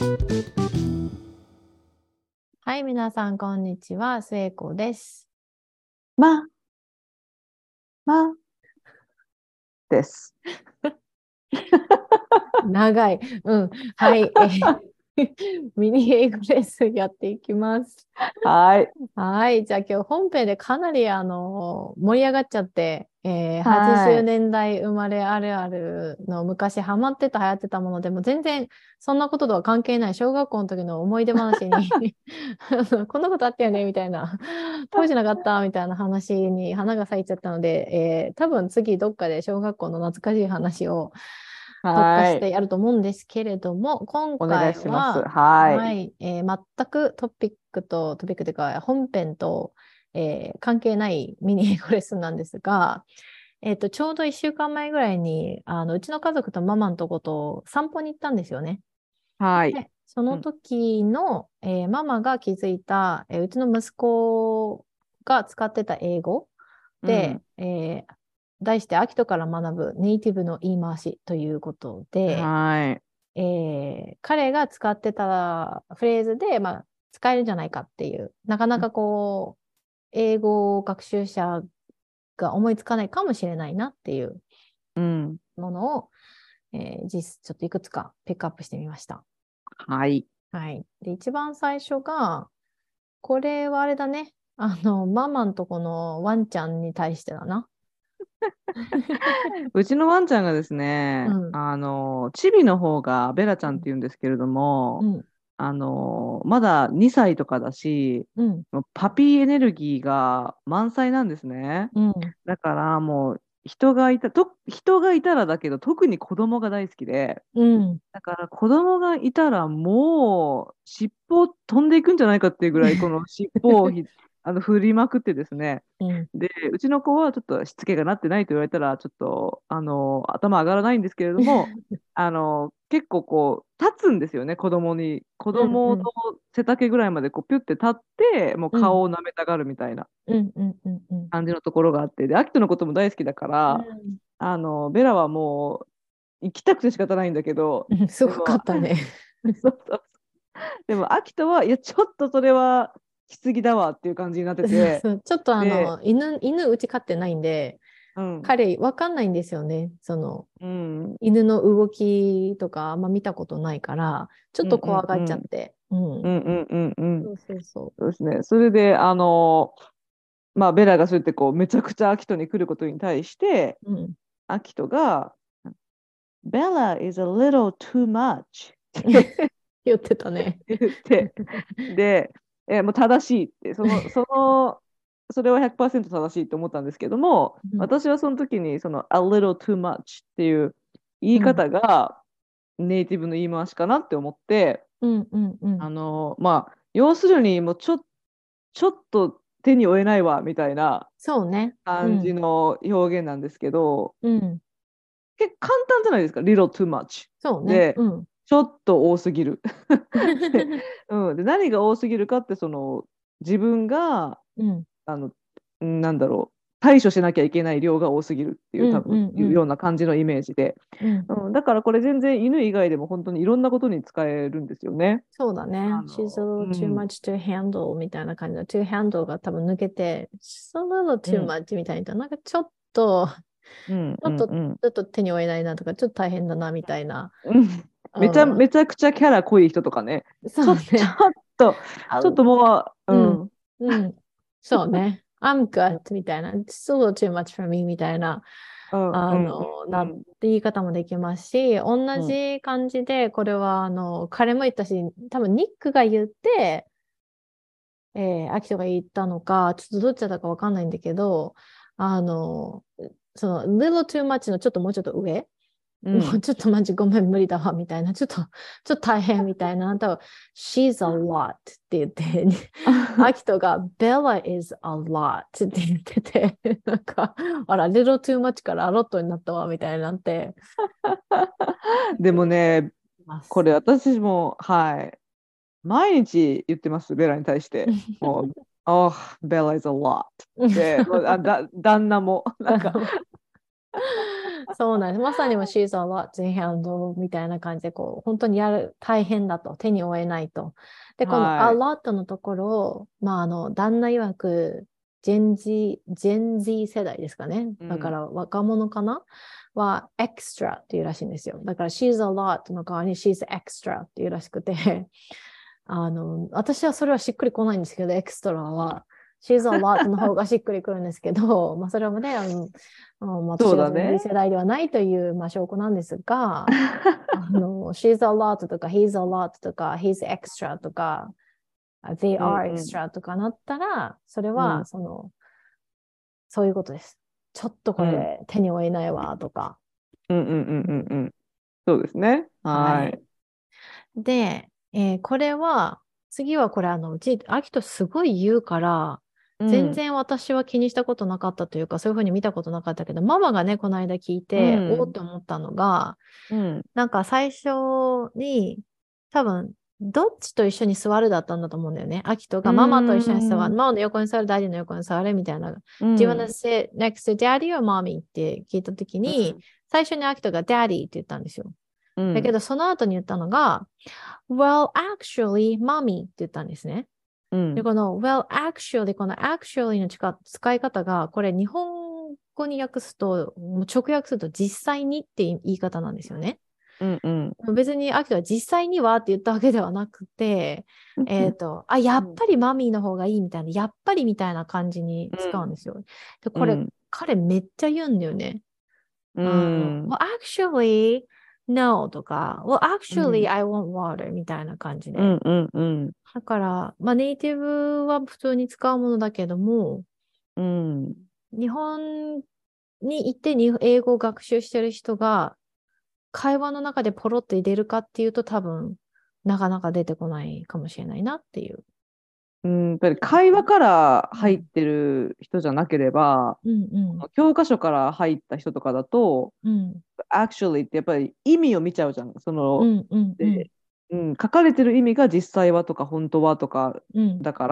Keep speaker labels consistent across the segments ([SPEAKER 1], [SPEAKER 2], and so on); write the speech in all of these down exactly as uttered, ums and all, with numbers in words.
[SPEAKER 1] はい、皆さん、こんにちは。末子です。
[SPEAKER 2] ま、まです。
[SPEAKER 1] 長い。うん。はい。えーミニ英語レッスンやっていきます。
[SPEAKER 2] はい。
[SPEAKER 1] はい。じゃあ今日本編でかなりあの盛り上がっちゃって、えー、80
[SPEAKER 2] はい。
[SPEAKER 1] 年代生まれあるあるの昔ハマってた流行ってたものでも全然そんなこととは関係ない小学校の時の思い出話にこんなことあったよねみたいな当時なかったみたいな話に花が咲いちゃったので、えー、多分次どっかで小学校の懐かしい話を特化
[SPEAKER 2] はい。
[SPEAKER 1] してやると思うんですけれども、今
[SPEAKER 2] お願い
[SPEAKER 1] 回
[SPEAKER 2] します。
[SPEAKER 1] は、
[SPEAKER 2] はい。
[SPEAKER 1] はい、えー全くトピックと、トピックというか本編と、えー関係ないミニ英語レッスンなんですが、えっと、ちょうどいっしゅうかんまえぐらいに、あの、うちの家族とママのとこと散歩に行ったんですよね。
[SPEAKER 2] はい。
[SPEAKER 1] で、その
[SPEAKER 2] うん。
[SPEAKER 1] 時の、えーママが気づいた、えーうちの息子が使ってた英語で、
[SPEAKER 2] うん。
[SPEAKER 1] えー題して、秋とから学ぶネイティブの言い回しということで、
[SPEAKER 2] はい。
[SPEAKER 1] えー彼が使ってたフレーズで、まあ、使えるんじゃないかっていう、なかなかこう、英語学習者が思いつかないかもしれないなっていう
[SPEAKER 2] うん。
[SPEAKER 1] ものを、えー実ちょっといくつかピックアップしてみました。
[SPEAKER 2] はい。
[SPEAKER 1] はい。で、一番最初が、これはあれだね。あの、ママんとこのワンちゃんに対してだな。
[SPEAKER 2] うちのワンちゃんがですね、
[SPEAKER 1] うん、
[SPEAKER 2] あの、チビの方がベラちゃんって言うんですけれども、
[SPEAKER 1] うん、
[SPEAKER 2] あの、まだにさいとかだし、
[SPEAKER 1] うん、
[SPEAKER 2] もうパピーエネルギーが満載なんですね。
[SPEAKER 1] うん、
[SPEAKER 2] だからもう人がいた、と、人がいたらだけど、特に子供が大好きで、
[SPEAKER 1] うん、
[SPEAKER 2] だから子供がいたらもう尻尾飛んでいくんじゃないかっていうぐらいこの尻尾をひあの振りまくってですね。
[SPEAKER 1] うん、
[SPEAKER 2] で、うちの子はちょっとしつけがなってないと言われたらちょっとあの頭上がらないんですけれども、あの結構こう立つんですよね、子供に。子
[SPEAKER 1] うん、う
[SPEAKER 2] 供の
[SPEAKER 1] ん、
[SPEAKER 2] 背丈ぐらいまでこうピュッて立ってもう
[SPEAKER 1] うん、
[SPEAKER 2] 顔を舐めたがるみたいな
[SPEAKER 1] うん、うん、うん、うん、
[SPEAKER 2] 感じのところがあって、で、アキトのことも大好きだか
[SPEAKER 1] う
[SPEAKER 2] ら、
[SPEAKER 1] ん、
[SPEAKER 2] あのベラはもう行きたくて仕方ないんだけど、
[SPEAKER 1] うん、すごか
[SPEAKER 2] でも、
[SPEAKER 1] ったね。
[SPEAKER 2] そうそうでも、秋人は、いや、ちょっとそれはきすぎだわっていう感じになってて、
[SPEAKER 1] そうそう、ちょっとあ
[SPEAKER 2] で、
[SPEAKER 1] の、犬、犬うち飼ってないんで、
[SPEAKER 2] うん、
[SPEAKER 1] 彼、わかんないんですよね。その、
[SPEAKER 2] うん、うん、
[SPEAKER 1] 犬の動きとかあんま見たことないから、ちょっ
[SPEAKER 2] うん、
[SPEAKER 1] と怖がっちゃっ
[SPEAKER 2] うん、
[SPEAKER 1] て。うん。
[SPEAKER 2] うん、うん、うん、うん、
[SPEAKER 1] そうそうそ
[SPEAKER 2] そうですね。それで、あの、まあ、ベラがそうやってこう、めちゃくちゃ秋人に来ることに対して、
[SPEAKER 1] う。うん。
[SPEAKER 2] 秋人が、Bella is a little too much って
[SPEAKER 1] 言ってたね。
[SPEAKER 2] 言って、で、え、もう正しいって、その、その、それはひゃくパーセント正しいと思ったんですけども、
[SPEAKER 1] うん。
[SPEAKER 2] 私はその時に、その、a little too much っていう言い
[SPEAKER 1] うん。
[SPEAKER 2] 方がネイティブの言い回しかなって思って、
[SPEAKER 1] うん。うん。うん。
[SPEAKER 2] あの、まあ、要するに、もうちょ、ちょっと手に負えないわ、みたいな
[SPEAKER 1] そうね。う
[SPEAKER 2] 感じ
[SPEAKER 1] ん。
[SPEAKER 2] の表現なんですけど、
[SPEAKER 1] うん。
[SPEAKER 2] 結構簡単じゃないですか、little too much。
[SPEAKER 1] そうね。
[SPEAKER 2] で、
[SPEAKER 1] うん。
[SPEAKER 2] ちょっと多すぎる。で、うん、で何が多すぎるかって、その、自分が、
[SPEAKER 1] うん。
[SPEAKER 2] あの、なんだろう、対処しなきゃいけない量が多すぎるっていう、多
[SPEAKER 1] うん。う
[SPEAKER 2] 分、
[SPEAKER 1] ん。うん。
[SPEAKER 2] いうような感じのイメージで。
[SPEAKER 1] うん。
[SPEAKER 2] うん、だからこれ全然犬以外でも本当にいろんなことに使えるんですよね。
[SPEAKER 1] そうだね。
[SPEAKER 2] あ
[SPEAKER 1] She's a
[SPEAKER 2] の、う
[SPEAKER 1] little too
[SPEAKER 2] ん、
[SPEAKER 1] much to handle みたいな感じの to handle が多分抜けて She's a little
[SPEAKER 2] う
[SPEAKER 1] too
[SPEAKER 2] ん、
[SPEAKER 1] much みたいな。なんかちょっと、ち
[SPEAKER 2] うん、うん、
[SPEAKER 1] ょっと、ち
[SPEAKER 2] うん。
[SPEAKER 1] ょっと手に負えないなとか、ちょっと大変だなみたいな。
[SPEAKER 2] うん、めちゃ
[SPEAKER 1] うん。
[SPEAKER 2] めちゃくちゃキャラ濃い人とかね、ちょ、ちょ
[SPEAKER 1] そうね。
[SPEAKER 2] っと、
[SPEAKER 1] あ、
[SPEAKER 2] ちょっともう、う
[SPEAKER 1] うん。
[SPEAKER 2] ん、
[SPEAKER 1] うん。そうね。I'm good みたいな。It's a little too much for me みたいな、
[SPEAKER 2] うん、うん、
[SPEAKER 1] あの、な、
[SPEAKER 2] うん、
[SPEAKER 1] 言い方もできますし、同
[SPEAKER 2] うん、
[SPEAKER 1] じ感じで、これは、あの、彼も言ったし、多分ニックが言って、えー、アキトが言ったのか、ちょっとどっちだったかわかんないんだけど、あの、その、little too much のちょっともうちょっと上、もう
[SPEAKER 2] うん。
[SPEAKER 1] ちょっとマジごめん無理だわ、みたいな、ちょっと、ちょっと大変みたいな、多分 she's a lot って言って、アキトが Bella is a lot って言ってて、なんか、あら、little too much からアロットになったわ、みたいになって、
[SPEAKER 2] でもね、
[SPEAKER 1] ます。
[SPEAKER 2] これ私も、はい、毎日言ってます、ベラに対して。もう、Oh, Bella is a lot で、もうあだ旦那も、なんか、
[SPEAKER 1] そうなんです。まさにも she's a lot to handle みたいな感じで、こう、本当にやる、大変だと、手に負えないと。で、この a
[SPEAKER 2] はい。
[SPEAKER 1] lot のところを、まあ、あの、旦那曰く、ジェン Z、ジェン Z 世代ですかね。
[SPEAKER 2] うん。
[SPEAKER 1] だから若者かなは extra っていうらしいんですよ。だから she's a lot の代わりに she's extra っていうらしくて、あの、私はそれはしっくりこないんですけど、エクストラは。she's a lot の方がしっくりくるんですけど、まあそれはね、あの、あの私が全然
[SPEAKER 2] そうだね。
[SPEAKER 1] 世代ではないという、まあ、証拠なんですが、あの、she's a lot とか he's a lot とか he's extra とか they
[SPEAKER 2] うん
[SPEAKER 1] are
[SPEAKER 2] うん
[SPEAKER 1] extra とかなったら、それ
[SPEAKER 2] うん
[SPEAKER 1] は、その、そういうことです。ちょっとこ
[SPEAKER 2] うん
[SPEAKER 1] れ手に負えないわとか。
[SPEAKER 2] うんうんうん
[SPEAKER 1] うん、
[SPEAKER 2] うんうん。そうですね。
[SPEAKER 1] はい。
[SPEAKER 2] はい。
[SPEAKER 1] で、えーこれは、次はこれ、あの、うち、アキトすごい言うから、全
[SPEAKER 2] うん。
[SPEAKER 1] 然私は気にしたことなかったというか、そういうふうに見たことなかったけど、ママがね、この間聞い
[SPEAKER 2] う
[SPEAKER 1] て、おーっ
[SPEAKER 2] ん。
[SPEAKER 1] て思ったのが、
[SPEAKER 2] うん。
[SPEAKER 1] なんか最初に、多分、どっちと一緒に座るだったんだと思うんだよね。アキト
[SPEAKER 2] うー
[SPEAKER 1] がママと一緒に座る、
[SPEAKER 2] ん。
[SPEAKER 1] ママの横に座る、ダディの横に座るみたいな。
[SPEAKER 2] う
[SPEAKER 1] Do you wanna
[SPEAKER 2] ん。
[SPEAKER 1] sit next to daddy or mommy? って聞いたときに、
[SPEAKER 2] うん。
[SPEAKER 1] 最初にアキトが daddy って言ったんですよ。
[SPEAKER 2] うん。
[SPEAKER 1] だけど、その後に言ったのが、Well, actually, mommy って言ったんですね。で、
[SPEAKER 2] うん。
[SPEAKER 1] この Well, actually、この actually の使い方が、これ日本語に訳すと、直訳すると実際にって言い方なんですよね。
[SPEAKER 2] うん。うん。
[SPEAKER 1] 別にアキトは実際にはって言ったわけではなくて、
[SPEAKER 2] うん。
[SPEAKER 1] えっと、あ、や
[SPEAKER 2] うん。
[SPEAKER 1] っぱりマミーの方がいいみたいな、やっぱりみたいな感じに使うんですよ。で、これ、彼めっちゃ言うんだよね。
[SPEAKER 2] う
[SPEAKER 1] あの、
[SPEAKER 2] ん。
[SPEAKER 1] well, actually, no とか、well,
[SPEAKER 2] う
[SPEAKER 1] actually,
[SPEAKER 2] ん。
[SPEAKER 1] I want water みたいな感じで。
[SPEAKER 2] うん。うん。うん。
[SPEAKER 1] だから、まあ、ネイティブは普通に使うものだけども、
[SPEAKER 2] うん。
[SPEAKER 1] 日本に行ってに英語を学習してる人が、会話の中でポロって出るかっていうと多分、なかなか出てこないかもしれないなっていう。
[SPEAKER 2] うん、やっぱり会話から
[SPEAKER 1] うん、
[SPEAKER 2] 入ってる人じゃなければ、
[SPEAKER 1] うん、うん、
[SPEAKER 2] 教科書から入った人とかだと、
[SPEAKER 1] うん、
[SPEAKER 2] actually ってやっぱり意味を見ちゃうじゃん。その、
[SPEAKER 1] うん、うん、うん、
[SPEAKER 2] で、うん、書かれてる意味が実際はとか本当はとか
[SPEAKER 1] うん、
[SPEAKER 2] だから、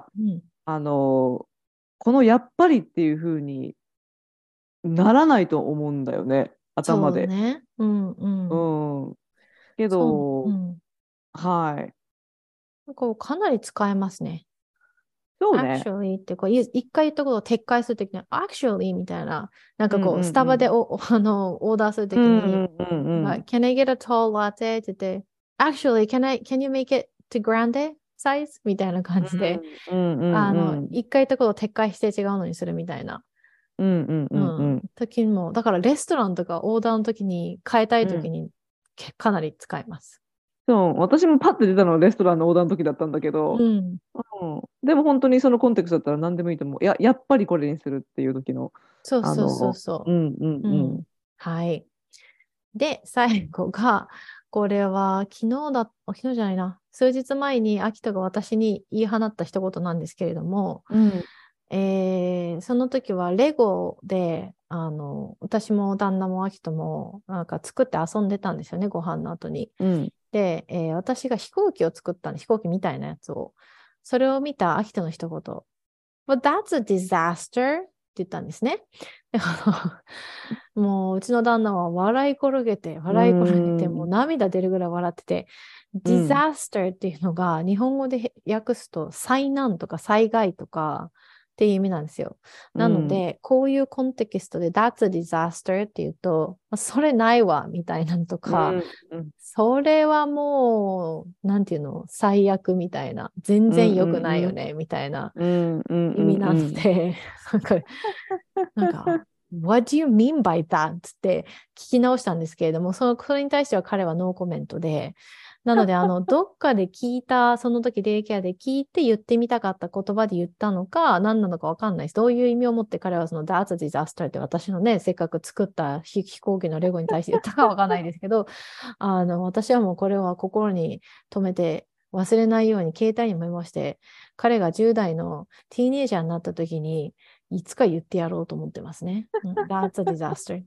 [SPEAKER 1] うん。
[SPEAKER 2] あの、このやっぱりっていう風にならないと思うんだよね、頭で。
[SPEAKER 1] そうね。うん、うん。
[SPEAKER 2] うん。け
[SPEAKER 1] そう、う
[SPEAKER 2] ど、
[SPEAKER 1] ん。
[SPEAKER 2] はい。
[SPEAKER 1] こうかなり使えますね。
[SPEAKER 2] そうね。
[SPEAKER 1] actually ってこう、い一回言ったことを撤回するときに、actually みたいな、なん
[SPEAKER 2] うんう
[SPEAKER 1] かこう、スタ
[SPEAKER 2] んうん。
[SPEAKER 1] バでお、おあの、オーダーするときに、
[SPEAKER 2] うんうんうんうん。
[SPEAKER 1] Can I get a tall latte? って言って、actually, can I, can you make it to grande size? みたいな感じで、
[SPEAKER 2] うんうん
[SPEAKER 1] あの、
[SPEAKER 2] うん。
[SPEAKER 1] 一回言ったことを撤回して違うのにするみたいな。
[SPEAKER 2] うんうんう
[SPEAKER 1] うん。
[SPEAKER 2] んうん。
[SPEAKER 1] 時にも、だからレストランとかオーダーの時に変えたい
[SPEAKER 2] うん。
[SPEAKER 1] 時にけかなり使います。
[SPEAKER 2] そう、私もパッて出たのはレストランのオーダーの時だったんだけど、
[SPEAKER 1] うん。
[SPEAKER 2] うん、でも本当にそのコンテクストだったら何でもいいと思う。いや、やっぱりこれにするっていう時の、
[SPEAKER 1] そうそうそう
[SPEAKER 2] あの、う
[SPEAKER 1] そ
[SPEAKER 2] んうん
[SPEAKER 1] う。う
[SPEAKER 2] う
[SPEAKER 1] ん。
[SPEAKER 2] ん。
[SPEAKER 1] はい。で、最後が、これは昨日だ、昨日じゃないな、数日前に秋人が私に言い放った一言なんですけれども、
[SPEAKER 2] うん。
[SPEAKER 1] えーその時はレゴで、あの、私も旦那も秋人もなんか作って遊んでたんですよね、ご飯の後に。
[SPEAKER 2] うん。
[SPEAKER 1] で、えー私が飛行機を作ったんで、飛行機みたいなやつを。それを見た秋人の一言。But that's a disaster って言ったんですね。であのもううちの旦那は笑い転げて、
[SPEAKER 2] う
[SPEAKER 1] 笑い転げて、もう
[SPEAKER 2] ん。
[SPEAKER 1] 涙出るぐらい笑ってて、
[SPEAKER 2] うん。
[SPEAKER 1] disaster っていうのが日本語で訳すと災難とか災害とかっていう意味なんですよ。なの
[SPEAKER 2] うん。
[SPEAKER 1] で、こういうコンテキストで That's a disaster っていうと、それないわみたいなのとか、
[SPEAKER 2] うん。うん。
[SPEAKER 1] それはもう、なんていうの、最悪みたいな、全
[SPEAKER 2] うん。
[SPEAKER 1] 然良くない
[SPEAKER 2] うん。
[SPEAKER 1] よねみたいな
[SPEAKER 2] うん。うん。
[SPEAKER 1] 意味なの
[SPEAKER 2] うん。
[SPEAKER 1] で、なんか、なんか、What do you mean by that? つって聞き直したんですけれども、その、それに対しては彼はノーコメントで、なので、あの、どっかで聞いた、その時デイケアで聞いて言ってみたかった言葉で言ったのか、何なのかわかんないです。どういう意味を持って彼はその That's a disaster って私のね、せっかく作った飛飛行機のレゴに対して言ったかわかんないですけど、あの、私はもうこれは心に留めて忘れないように携帯にメモして、彼がじゅう代のティーネイジャーになった時に、いつか言ってやろうと思ってますね。うん、That's a disaster って。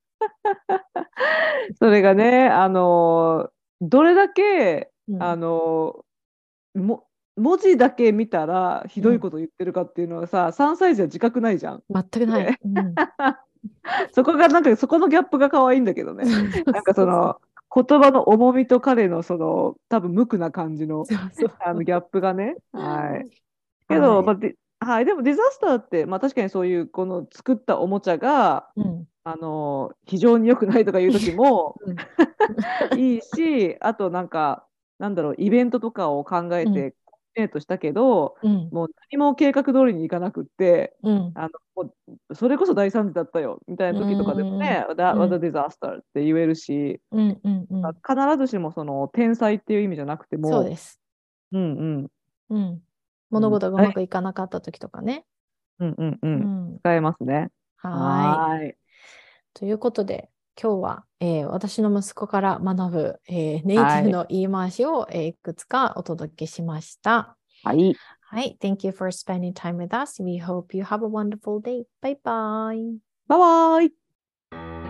[SPEAKER 2] それがね、あの、どれだけ、あ
[SPEAKER 1] うん。
[SPEAKER 2] の、も、文字だけ見たらひ
[SPEAKER 1] うん。
[SPEAKER 2] どいこと言ってるかっていうのはさ、さんさい児は自覚ないじゃん。
[SPEAKER 1] 全くない。
[SPEAKER 2] で、
[SPEAKER 1] うん。
[SPEAKER 2] そこがなんかそこのギャップが可愛いんだけどね。なんかその言葉の重みと彼のその多分無垢な感じの、
[SPEAKER 1] そうそう
[SPEAKER 2] あのギャップがね。はい。けど、ま
[SPEAKER 1] はい。
[SPEAKER 2] あで、はい、でもディザスターって、まあ、確かにそういうこの作ったおもちゃが
[SPEAKER 1] うん。
[SPEAKER 2] あの非常に良くないとかいう時も
[SPEAKER 1] うん。
[SPEAKER 2] いいし、あとなんか、なんだろう、イベントとかを考え
[SPEAKER 1] うん。
[SPEAKER 2] てコーディネートしたけど、
[SPEAKER 1] うん。
[SPEAKER 2] もう何も計画通りにいかなくって、
[SPEAKER 1] うん。
[SPEAKER 2] あのもうそれこそ大惨事だったよみたい
[SPEAKER 1] う
[SPEAKER 2] な時とかでも
[SPEAKER 1] ん。
[SPEAKER 2] ね、That
[SPEAKER 1] う
[SPEAKER 2] was a
[SPEAKER 1] ん。
[SPEAKER 2] disaster って言えるし、
[SPEAKER 1] うん。うん。うん。
[SPEAKER 2] 必ずしもその天才っていう意味じゃなくても、
[SPEAKER 1] そうです。
[SPEAKER 2] うんうん、
[SPEAKER 1] うん。
[SPEAKER 2] うん、
[SPEAKER 1] 物事がうまく
[SPEAKER 2] 大
[SPEAKER 1] いかなかった時とかね。
[SPEAKER 2] うんうんうん、
[SPEAKER 1] うん。
[SPEAKER 2] 使えますね。
[SPEAKER 1] はーい。
[SPEAKER 2] はーい。
[SPEAKER 1] ということで、今日は、えー私の息子から学ぶ、えーネイティブ
[SPEAKER 2] はい。
[SPEAKER 1] の言い回しを、えーいくつかお届けしました。
[SPEAKER 2] はい。
[SPEAKER 1] はい。Thank you for spending time with us. We hope you have a wonderful day. Bye bye.
[SPEAKER 2] バイバーイ。